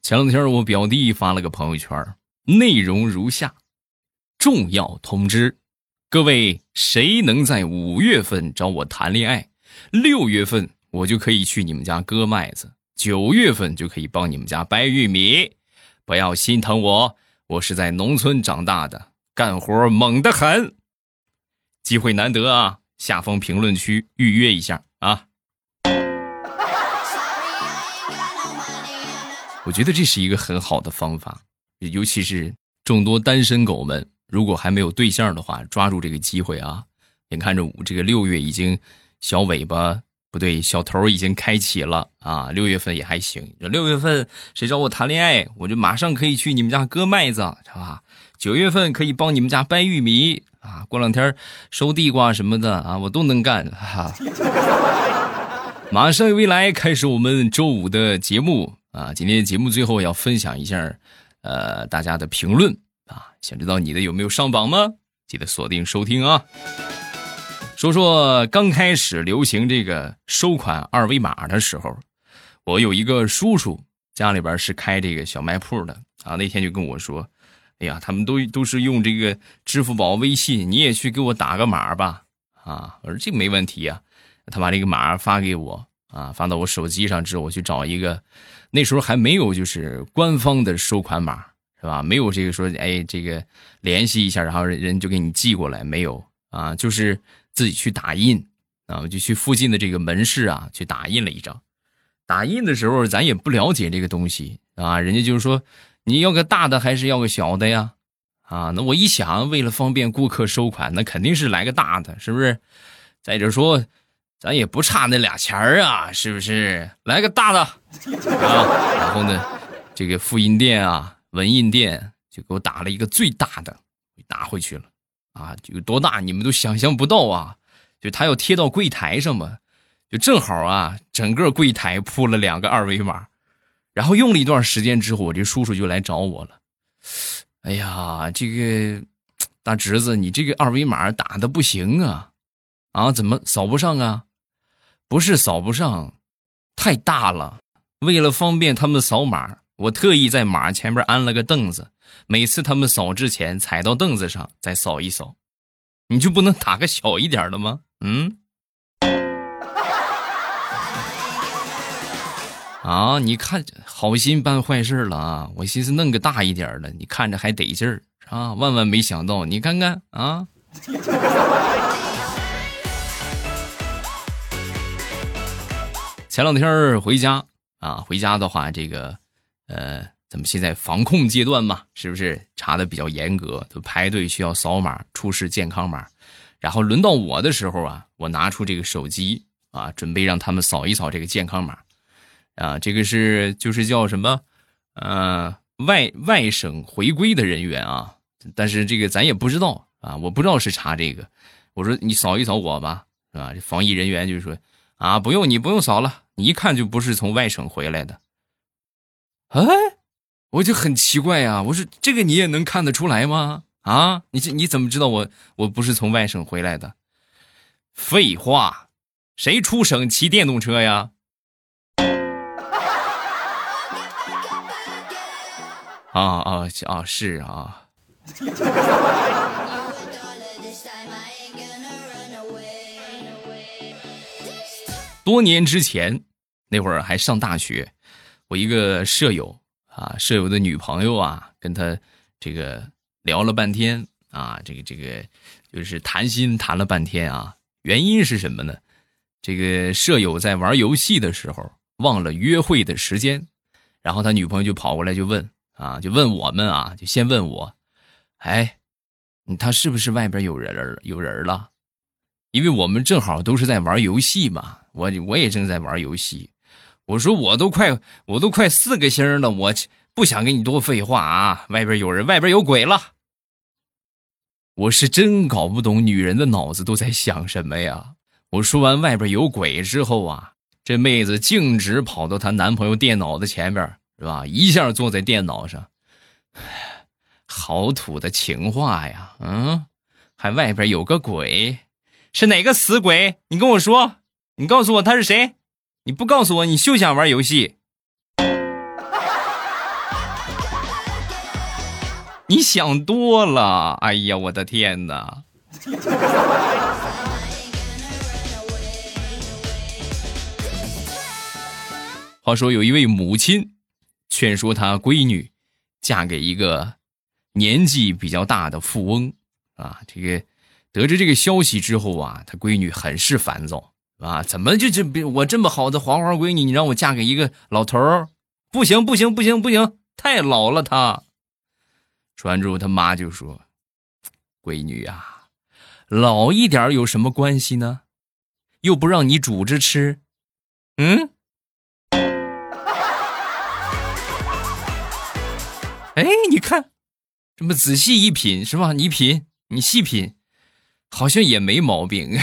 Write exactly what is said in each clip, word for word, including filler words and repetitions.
前两天我表弟发了个朋友圈，内容如下：重要通知，各位谁能在五月份找我谈恋爱，六月份我就可以去你们家割麦子，九月份就可以帮你们家掰玉米。不要心疼我，我是在农村长大的，干活猛得很。机会难得啊，下方评论区预约一下啊。我觉得这是一个很好的方法，尤其是众多单身狗们，如果还没有对象的话，抓住这个机会啊！眼看着这个六月已经小尾巴不对，小头已经开启了啊！六月份也还行，六月份谁找我谈恋爱，我就马上可以去你们家割麦子，是吧？九月份可以帮你们家掰玉米啊，过两天收地瓜什么的啊，我都能干哈、啊。马上未来开始我们周五的节目。啊，今天节目最后要分享一下，呃，大家的评论啊，想知道你的有没有上榜吗？记得锁定收听啊。说说刚开始流行这个收款二维码的时候，我有一个叔叔，家里边是开这个小卖铺的啊，那天就跟我说，哎呀，他们都都是用这个支付宝、微信，你也去给我打个码吧。啊，我说这没问题啊，他把这个码发给我啊，发到我手机上之后，我去找一个。那时候还没有就是官方的收款码，是吧？没有这个说，哎，这个联系一下，然后人就给你寄过来，没有啊，就是自己去打印啊，我就去附近的这个门市啊去打印了一张。打印的时候咱也不了解这个东西啊，人家就是说你要个大的还是要个小的呀？啊，那我一想，为了方便顾客收款，那肯定是来个大的，是不是？再者说。咱也不差那俩钱儿啊，是不是？来个大的啊！然后呢，这个复印店啊、文印店就给我打了一个最大的，拿回去了啊！有多大你们都想象不到啊！就他要贴到柜台上嘛，就正好啊，整个柜台铺了两个二维码。然后用了一段时间之后，我这叔叔就来找我了。哎呀，这个大侄子，你这个二维码打的不行啊！啊，怎么扫不上啊？不是扫不上，太大了。为了方便他们扫码，我特意在码前边安了个凳子，每次他们扫之前踩到凳子上再扫一扫。你就不能打个小一点的吗？嗯？啊，你看好心办坏事了啊！我寻思弄个大一点的，你看着还得劲儿啊！万万没想到，你看看啊！前两天回家啊，回家的话，这个呃，咱们现在防控阶段嘛，是不是查的比较严格？都排队需要扫码，出示健康码。然后轮到我的时候啊，我拿出这个手机啊，准备让他们扫一扫这个健康码啊。这个是就是叫什么呃外外省回归的人员啊，但是这个咱也不知道啊，我不知道是查这个。我说你扫一扫我吧，是吧？防疫人员就说啊，不用，你不用扫了。你一看就不是从外省回来的。哎，我就很奇怪啊，我说这个你也能看得出来吗？啊，你这你怎么知道我我不是从外省回来的？废话，谁出省骑电动车呀？啊啊啊，是啊。多年之前，那会儿还上大学，我一个舍友啊，舍友的女朋友啊，跟他这个聊了半天啊，这个这个就是谈心谈了半天啊。原因是什么呢？这个舍友在玩游戏的时候忘了约会的时间，然后他女朋友就跑过来就问啊，就问我们啊，就先问我，哎，他是不是外边有人有人了？因为我们正好都是在玩游戏嘛，我我也正在玩游戏。我说我都快我都快四个星了，我不想跟你多废话啊，外边有人，外边有鬼了。我是真搞不懂女人的脑子都在想什么呀。我说完外边有鬼之后啊，这妹子径直跑到她男朋友电脑的前边，是吧？一下坐在电脑上。好土的情话呀，嗯，还外边有个鬼。是哪个死鬼？你跟我说，你告诉我他是谁？你不告诉我，你休想玩游戏。 你想多了。哎呀，我的天哪！话说有一位母亲劝说她闺女嫁给一个年纪比较大的富翁啊，这个得知这个消息之后啊，她闺女很是烦躁啊，怎么就这我这么好的黄花闺女，你让我嫁给一个老头儿？不行不行不行不行，太老了他。说完之后，他妈就说：“闺女啊，老一点有什么关系呢？又不让你煮着吃。”嗯。哎，你看，这么仔细一品是吧？你品，你细品，好像也没毛病。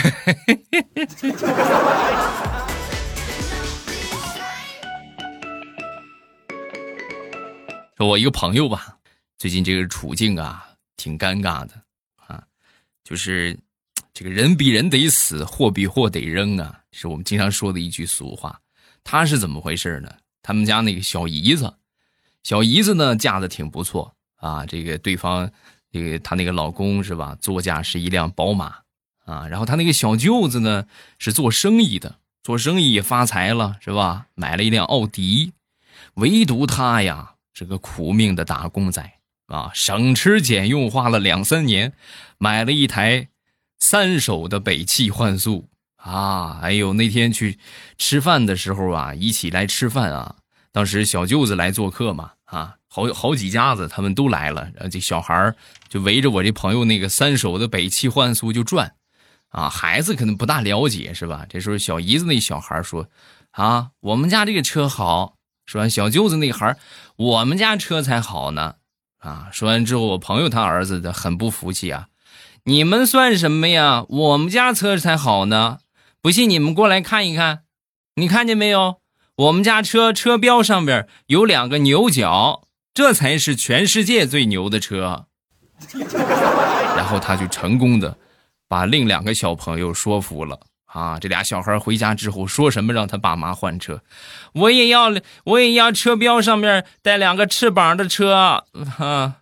说我一个朋友吧，最近这个处境啊，挺尴尬的啊，就是这个人比人得死，货比货得扔啊，是我们经常说的一句俗话。他是怎么回事呢？他们家那个小姨子。小姨子呢嫁得挺不错啊，这个对方这个她那个老公是吧，座驾是一辆宝马啊，然后她那个小舅子呢是做生意的，做生意也发财了是吧，买了一辆奥迪。唯独他呀是个苦命的打工仔啊，省吃俭用花了两三年买了一台三手的北汽幻速啊。哎呦，那天去吃饭的时候啊，一起来吃饭啊，当时小舅子来做客嘛，啊，好好几家子他们都来了，然后这小孩就围着我这朋友那个三手的北汽幻速就转，啊，孩子可能不大了解是吧？这时候小姨子那小孩说：“啊，我们家这个车好。”说完，小舅子那孩：“我们家车才好呢。”啊，说完之后，我朋友他儿子的很不服气啊：“你们算什么呀？我们家车才好呢！不信你们过来看一看，你看见没有？我们家车车标上边有两个牛角，这才是全世界最牛的车。”然后他就成功的把另两个小朋友说服了啊！这俩小孩回家之后说什么让他爸妈换车，我也要，我也要车标上面带两个翅膀的车啊！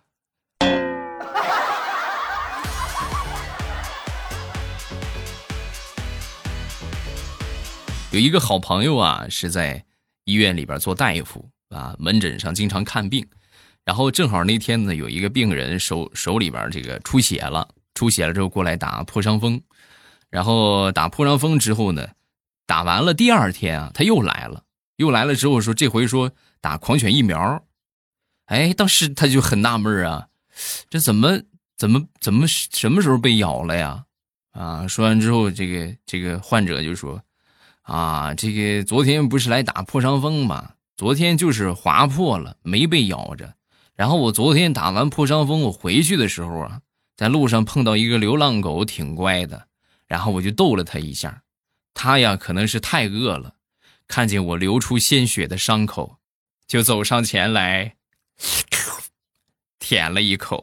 有一个好朋友啊，是在医院里边做大夫啊，门诊上经常看病，然后正好那天呢，有一个病人手手里边这个出血了，出血了之后过来打破伤风，然后打破伤风之后呢，打完了第二天啊，他又来了，又来了之后说这回说打狂犬疫苗，哎，当时他就很纳闷啊，这怎么怎么怎么什么时候被咬了呀？啊，说完之后，这个这个患者就说。啊，这个昨天不是来打破伤风吗？昨天就是划破了，没被咬着。然后我昨天打完破伤风，我回去的时候啊，在路上碰到一个流浪狗，挺乖的，然后我就逗了它一下。它呀，可能是太饿了，看见我流出鲜血的伤口，就走上前来，舔了一口。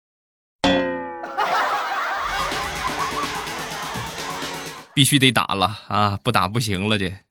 必须得打了啊！不打不行了这。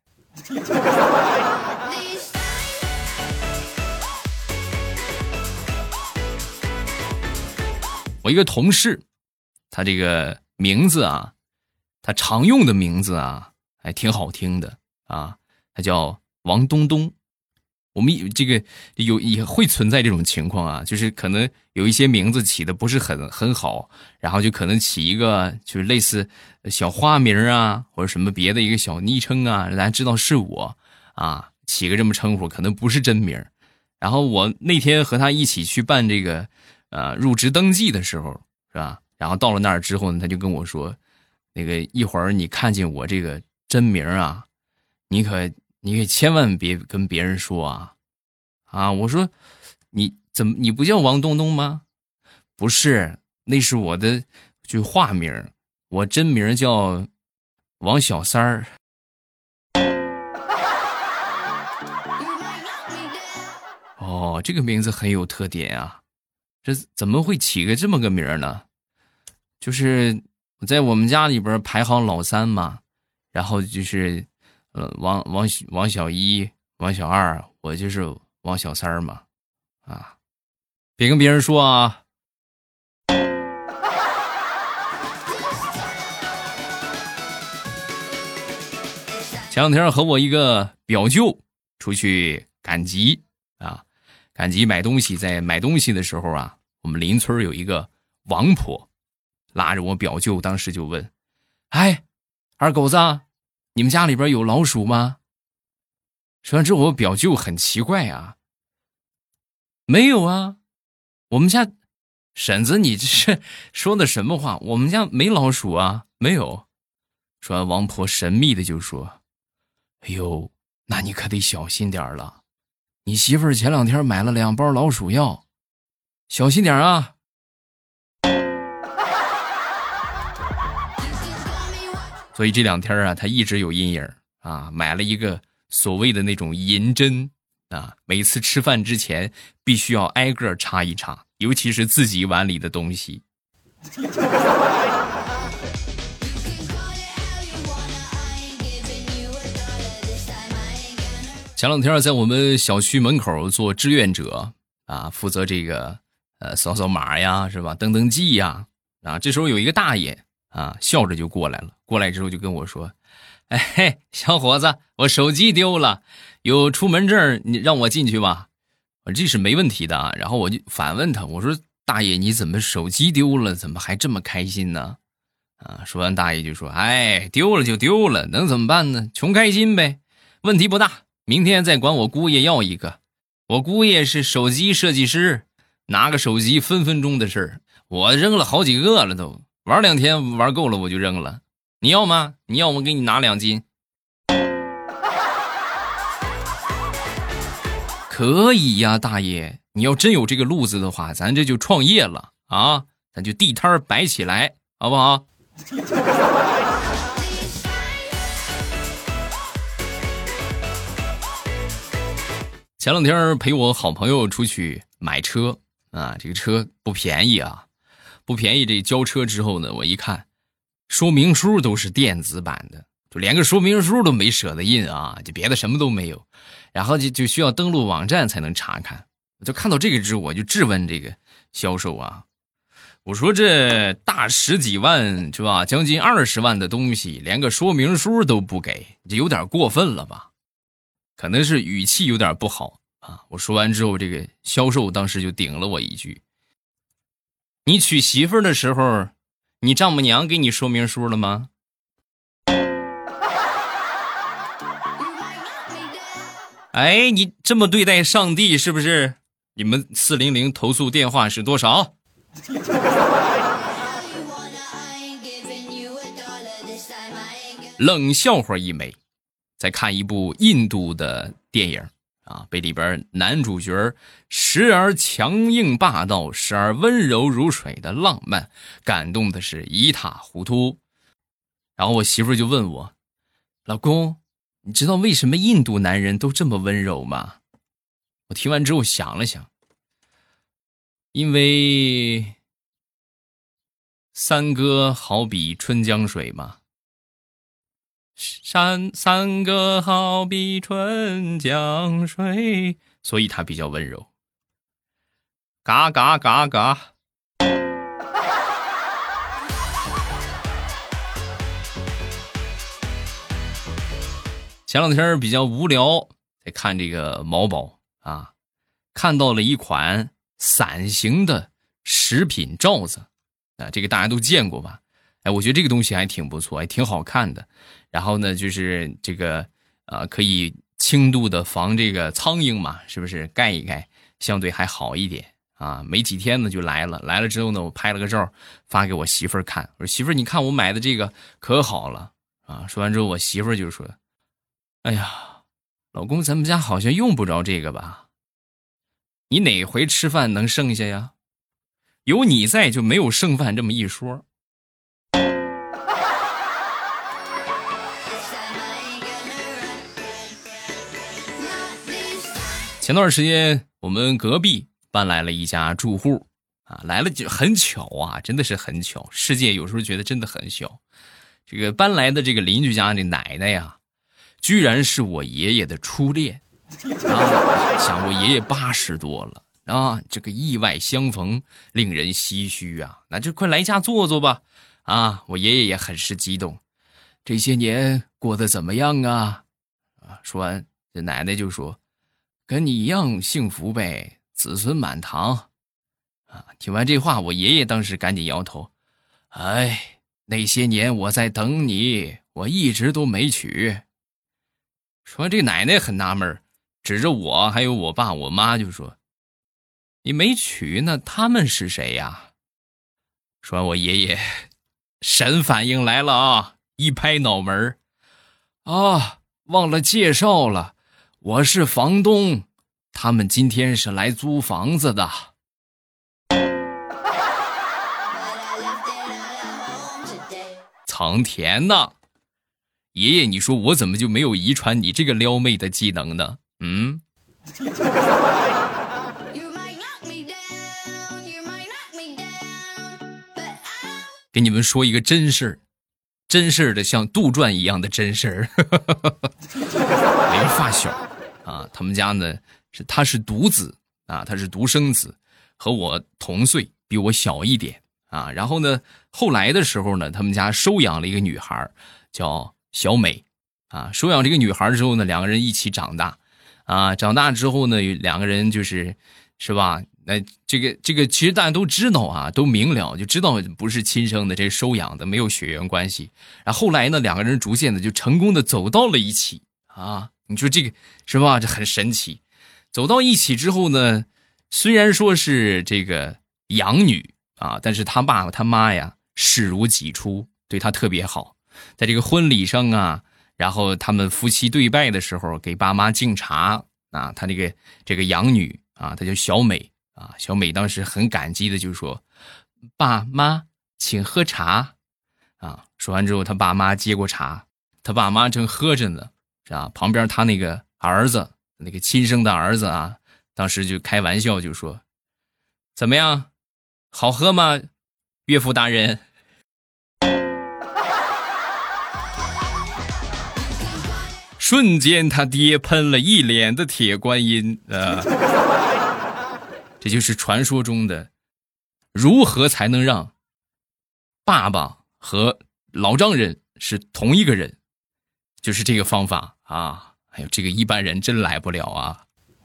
我一个同事，他这个名字啊，他常用的名字啊，还挺好听的啊，他叫王东东。我们这个有也会存在这种情况啊，就是可能有一些名字起的不是很很好，然后就可能起一个就是类似小花名啊，或者什么别的一个小昵称啊，让大家知道是我啊，起个这么称呼，可能不是真名。然后我那天和他一起去办这个呃入职登记的时候，是吧？然后到了那儿之后呢，他就跟我说，那个一会儿你看见我这个真名啊，你可。你可千万别跟别人说啊，啊！我说，你怎么你不叫王东东吗？不是，那是我的就化名，我真名叫王小三儿。哦，这个名字很有特点啊，这怎么会起个这么个名呢？就是我在我们家里边排行老三嘛，然后就是。呃，王王王小一、王小二，我就是王小三儿嘛，啊，别跟别人说啊， 前两天和我一个表舅出去赶集啊，赶集买东西，在买东西的时候啊，我们邻村有一个王婆拉着我表舅，当时就问：哎，二狗子，你们家里边有老鼠吗？说完之后，我表舅很奇怪啊，没有啊，我们家婶子，你这是说的什么话？我们家没老鼠啊，没有。说完，王婆神秘的就说：哎呦，那你可得小心点了，你媳妇儿前两天买了两包老鼠药，小心点啊。所以这两天啊，他一直有阴影啊，买了一个所谓的那种银针啊，每次吃饭之前必须要挨个插一插，尤其是自己碗里的东西。前两天在我们小区门口做志愿者啊，负责这个呃扫扫码呀，是吧？登登记呀。啊，这时候有一个大爷啊，笑着就过来了，过来之后就跟我说：哎嘿，小伙子，我手机丢了，有出门证，你让我进去吧。我这是没问题的啊。然后我就反问他，我说：大爷，你怎么手机丢了，怎么还这么开心呢？啊，说完大爷就说：哎，丢了就丢了，能怎么办呢？穷开心呗，问题不大。明天再管我姑爷要一个，我姑爷是手机设计师，拿个手机分分钟的事儿，我扔了好几个了都，玩两天玩够了我就扔了。你要吗？你要我给你拿两斤。可以呀，大爷，你要真有这个路子的话，咱这就创业了啊，咱就地摊摆起来，好不好？前两天陪我好朋友出去买车啊，这个车不便宜啊，不便宜。这交车之后呢，我一看，说明书都是电子版的，就连个说明书都没舍得印啊，就别的什么都没有，然后就就需要登录网站才能查看。我就看到这个之后，我就质问这个销售啊，我说这大十几万是吧，将近二十万的东西，连个说明书都不给，这有点过分了吧？可能是语气有点不好啊。我说完之后，这个销售当时就顶了我一句：你娶媳妇儿的时候，你丈母娘给你说明书了吗？哎，你这么对待上帝是不是？你们四零零投诉电话是多少？冷笑话一枚。在看一部印度的电影啊，被里边男主角时而强硬霸道，时而温柔如水的浪漫感动的是一塌糊涂。然后我媳妇就问我：老公，你知道为什么印度男人都这么温柔吗？我听完之后想了想，因为三哥好比春江水嘛。三三个好比春江水，所以他比较温柔。嘎嘎嘎嘎。前两天比较无聊，在看这个某宝啊，看到了一款伞形的食品罩子啊，这个大家都见过吧？哎，我觉得这个东西还挺不错，还挺好看的。然后呢，就是这个呃，可以轻度的防这个苍蝇嘛，是不是？盖一盖，相对还好一点啊。没几天呢就来了，来了之后呢，我拍了个照发给我媳妇儿看，我说媳妇儿，你看我买的这个可好了啊。说完之后，我媳妇儿就说：哎呀，老公，咱们家好像用不着这个吧？你哪回吃饭能剩下呀？有你在就没有剩饭这么一说。前段时间我们隔壁搬来了一家住户啊，来了就很巧啊，真的是很巧，世界有时候觉得真的很小。这个搬来的这个邻居家这奶奶呀，居然是我爷爷的初恋啊！想我爷爷八十多了啊，这个意外相逢令人唏嘘啊，那就快来家坐坐吧啊！我爷爷也很是激动，这些年过得怎么样啊？ 啊。说完，这奶奶就说：“跟你一样幸福呗，子孙满堂。”啊，听完这话，我爷爷当时赶紧摇头：“哎，那些年我在等你，我一直都没娶。”说完，这奶奶很纳闷，指着我还有我爸我妈就说：“你没娶，那他们是谁呀？”说完，我爷爷神反应来了啊，一拍脑门：“啊，忘了介绍了，我是房东，他们今天是来租房子的。”藏田呢？爷爷，你说我怎么就没有遗传你这个撩妹的技能呢？嗯？给你们说一个真事儿，真事儿的像杜撰一样的真事儿。我一个发小啊，他们家呢是他是独子啊，他是独生子，和我同岁，比我小一点啊。然后呢，后来的时候呢，他们家收养了一个女孩，叫小美啊。收养这个女孩之后呢，两个人一起长大啊。长大之后呢，两个人就是是吧？那这个这个其实大家都知道啊，都明了，就知道不是亲生的，这是收养的，没有血缘关系。然后后来呢，两个人逐渐的就成功的走到了一起啊。你说这个是吧？这很神奇。走到一起之后呢，虽然说是这个养女啊，但是他爸他妈呀视如己出，对他特别好。在这个婚礼上啊，然后他们夫妻对拜的时候，给爸妈敬茶啊。他这个这个养女啊，她叫小美啊。小美当时很感激的就说：“爸妈，请喝茶。”啊，说完之后，他爸妈接过茶，他爸妈正喝着呢，是吧？旁边他那个儿子，那个亲生的儿子啊，当时就开玩笑就说：“怎么样，好喝吗，岳父大人？”瞬间他爹喷了一脸的铁观音啊！这就是传说中的如何才能让爸爸和老丈人是同一个人，就是这个方法啊！哎呦，这个一般人真来不了啊！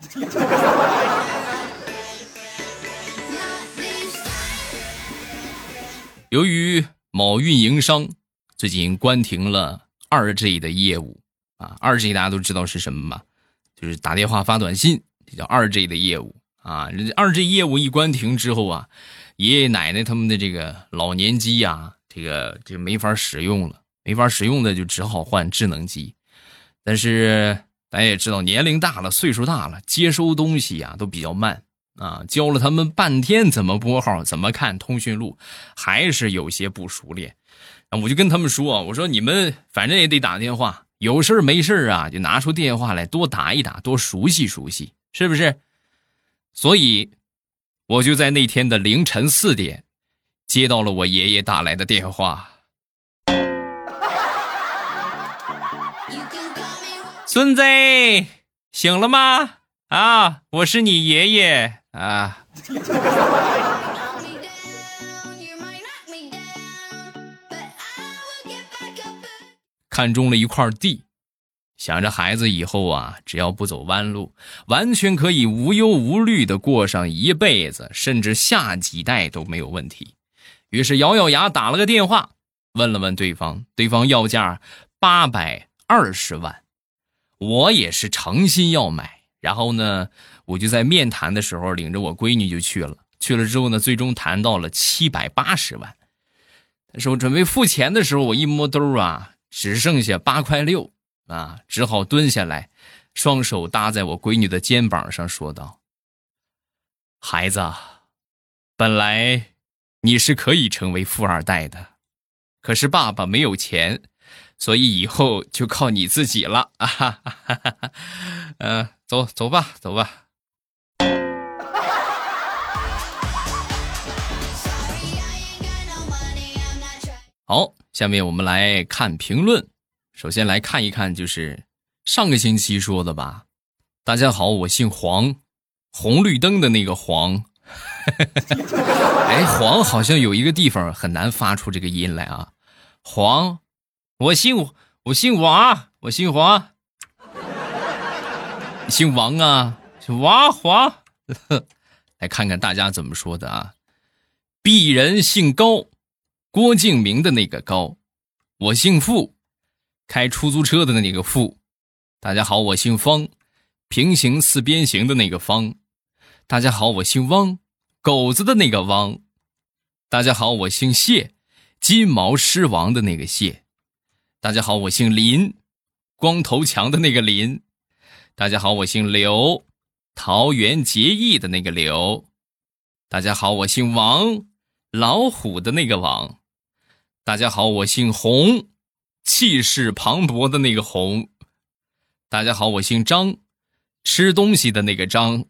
由于某运营商最近关停了 二 G 的业务啊 ，二 G 大家都知道是什么吧？就是打电话发短信，这叫 二 G 的业务啊。二 G 业务一关停之后啊，爷爷奶奶他们的这个老年机啊，这个这个没法使用了，没法使用的就只好换智能机。但是大家也知道，年龄大了，岁数大了，接收东西啊都比较慢啊，教了他们半天怎么拨号，怎么看通讯录，还是有些不熟练。我就跟他们说，我说你们反正也得打电话，有事没事啊，就拿出电话来多打一打，多熟悉熟悉，是不是？所以我就在那天的凌晨四点接到了我爷爷打来的电话。孙子醒了吗？啊，我是你爷爷啊。看中了一块地，想着孩子以后啊，只要不走弯路，完全可以无忧无虑地过上一辈子，甚至下几代都没有问题。于是咬咬牙打了个电话，问了问对方，对方要价八百二十万，我也是诚心要买。然后呢，我就在面谈的时候领着我闺女就去了，去了之后呢，最终谈到了七百八十万。但是我准备付钱的时候，我一摸兜啊，只剩下八块六啊，只好蹲下来，双手搭在我闺女的肩膀上说道：“孩子，本来你是可以成为富二代的，可是爸爸没有钱，所以以后就靠你自己了啊！哈哈哈哈呃，走走吧，走吧。”好，下面我们来看评论。首先来看一看，就是上个星期说的吧。大家好，我姓黄，红绿灯的那个黄。哎，黄好像有一个地方很难发出这个音来啊。黄，我姓我姓王，我姓黄。 姓王啊，娃华。来看看大家怎么说的啊。鄙人姓高，郭敬明的那个高。我姓付，开出租车的那个付。大家好，我姓方，平行四边形的那个方。大家好，我姓汪，狗子的那个汪。大家好，我姓谢，金毛狮王的那个谢。大家好，我姓林，光头强的那个林。大家好，我姓刘，桃园结义的那个刘。大家好，我姓王，老虎的那个王。大家好，我姓洪，气势磅礴的那个洪。大家好，我姓张，吃东西的那个张。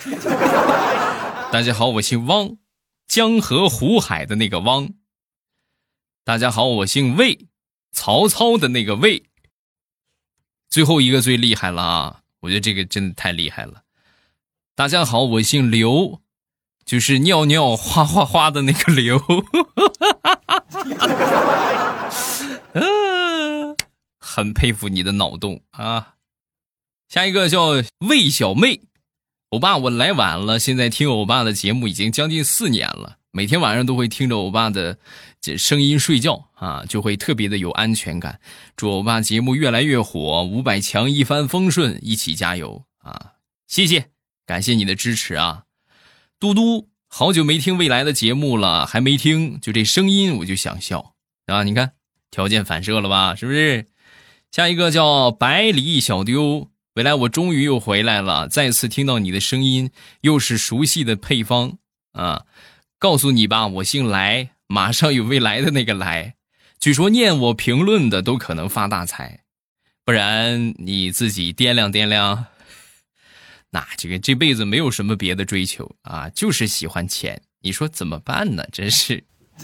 大家好，我姓汪，江河湖海的那个汪。大家好，我姓魏，曹操的那个魏。最后一个最厉害了啊，我觉得这个真的太厉害了。大家好，我姓刘，就是尿尿哗哗哗的那个刘。啊，很佩服你的脑洞啊。下一个叫魏小妹。欧巴，我来晚了，现在听欧巴的节目已经将近四年了，每天晚上都会听着欧巴的这声音睡觉啊，就会特别的有安全感。祝欧巴节目越来越火，五百强一帆风顺，一起加油啊！谢谢，感谢你的支持啊。嘟嘟，好久没听未来的节目了，还没听，就这声音我就想笑啊！你看，条件反射了吧，是不是？下一个叫百里小丢。未来我终于又回来了，再次听到你的声音，又是熟悉的配方啊！告诉你吧，我姓来，马上有未来的那个来。据说念我评论的都可能发大财，不然你自己掂量掂量。那这个这辈子没有什么别的追求啊，就是喜欢钱，你说怎么办呢？真是。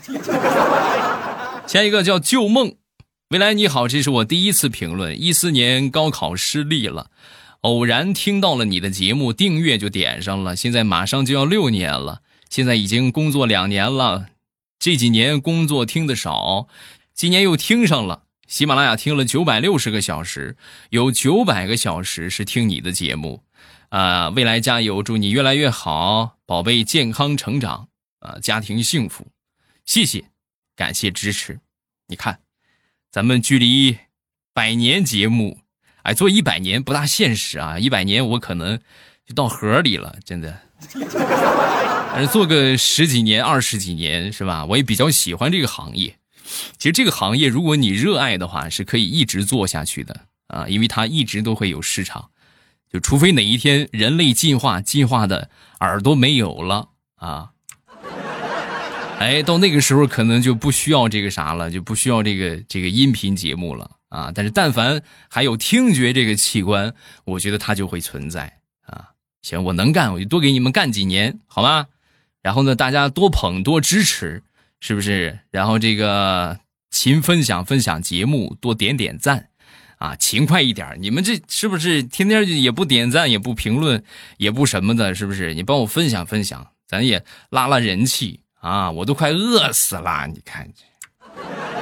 下一个叫旧梦。未来你好，这是我第一次评论。一四年高考失利了，偶然听到了你的节目，订阅就点上了。现在马上就要六年了，现在已经工作两年了。这几年工作听得少，今年又听上了。喜马拉雅听了九百六十个小时，有九百个小时是听你的节目。啊、呃，未来加油，祝你越来越好，宝贝健康成长啊、呃，家庭幸福。谢谢，感谢支持。你看。咱们距离百年节目，哎，做一百年不大现实啊！一百年我可能就到河里了，真的。但是做个十几年、二十几年，是吧？我也比较喜欢这个行业。其实这个行业，如果你热爱的话，是可以一直做下去的啊，因为它一直都会有市场。就除非哪一天人类进化进化的耳朵没有了啊。哎，到那个时候可能就不需要这个啥了，就不需要这个这个音频节目了啊。但是但凡还有听觉这个器官，我觉得它就会存在啊。行，我能干，我就多给你们干几年，好吗？然后呢，大家多捧多支持，是不是？然后这个勤分享分享节目，多点点赞啊，勤快一点。你们这是不是天天也不点赞，也不评论，也不什么的，是不是？你帮我分享分享，咱也拉拉人气。啊，我都快饿死了！你看这，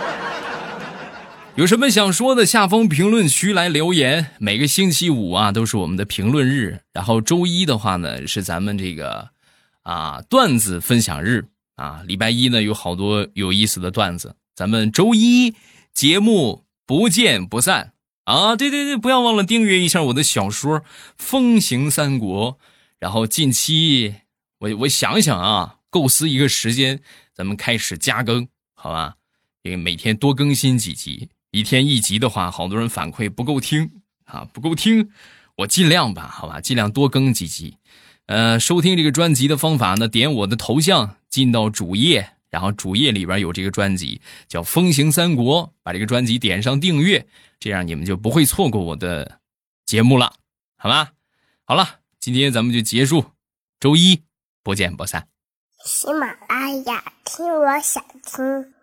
有什么想说的，下方评论区来留言。每个星期五啊，都是我们的评论日，然后周一的话呢，是咱们这个啊段子分享日啊。礼拜一呢，有好多有意思的段子，咱们周一节目不见不散啊！对对对，不要忘了订阅一下我的小说《风行三国》，然后近期我我想想啊。构思一个时间，咱们开始加更，好吧？因为每天多更新几集，一天一集的话，好多人反馈不够听啊，不够听，我尽量吧，好吧，尽量多更几集。呃，收听这个专辑的方法呢，点我的头像进到主页，然后主页里边有这个专辑叫《风行三国》，把这个专辑点上订阅，这样你们就不会错过我的节目了，好吧？好了，今天咱们就结束，周一不见不散。 喜马拉雅，听我想听。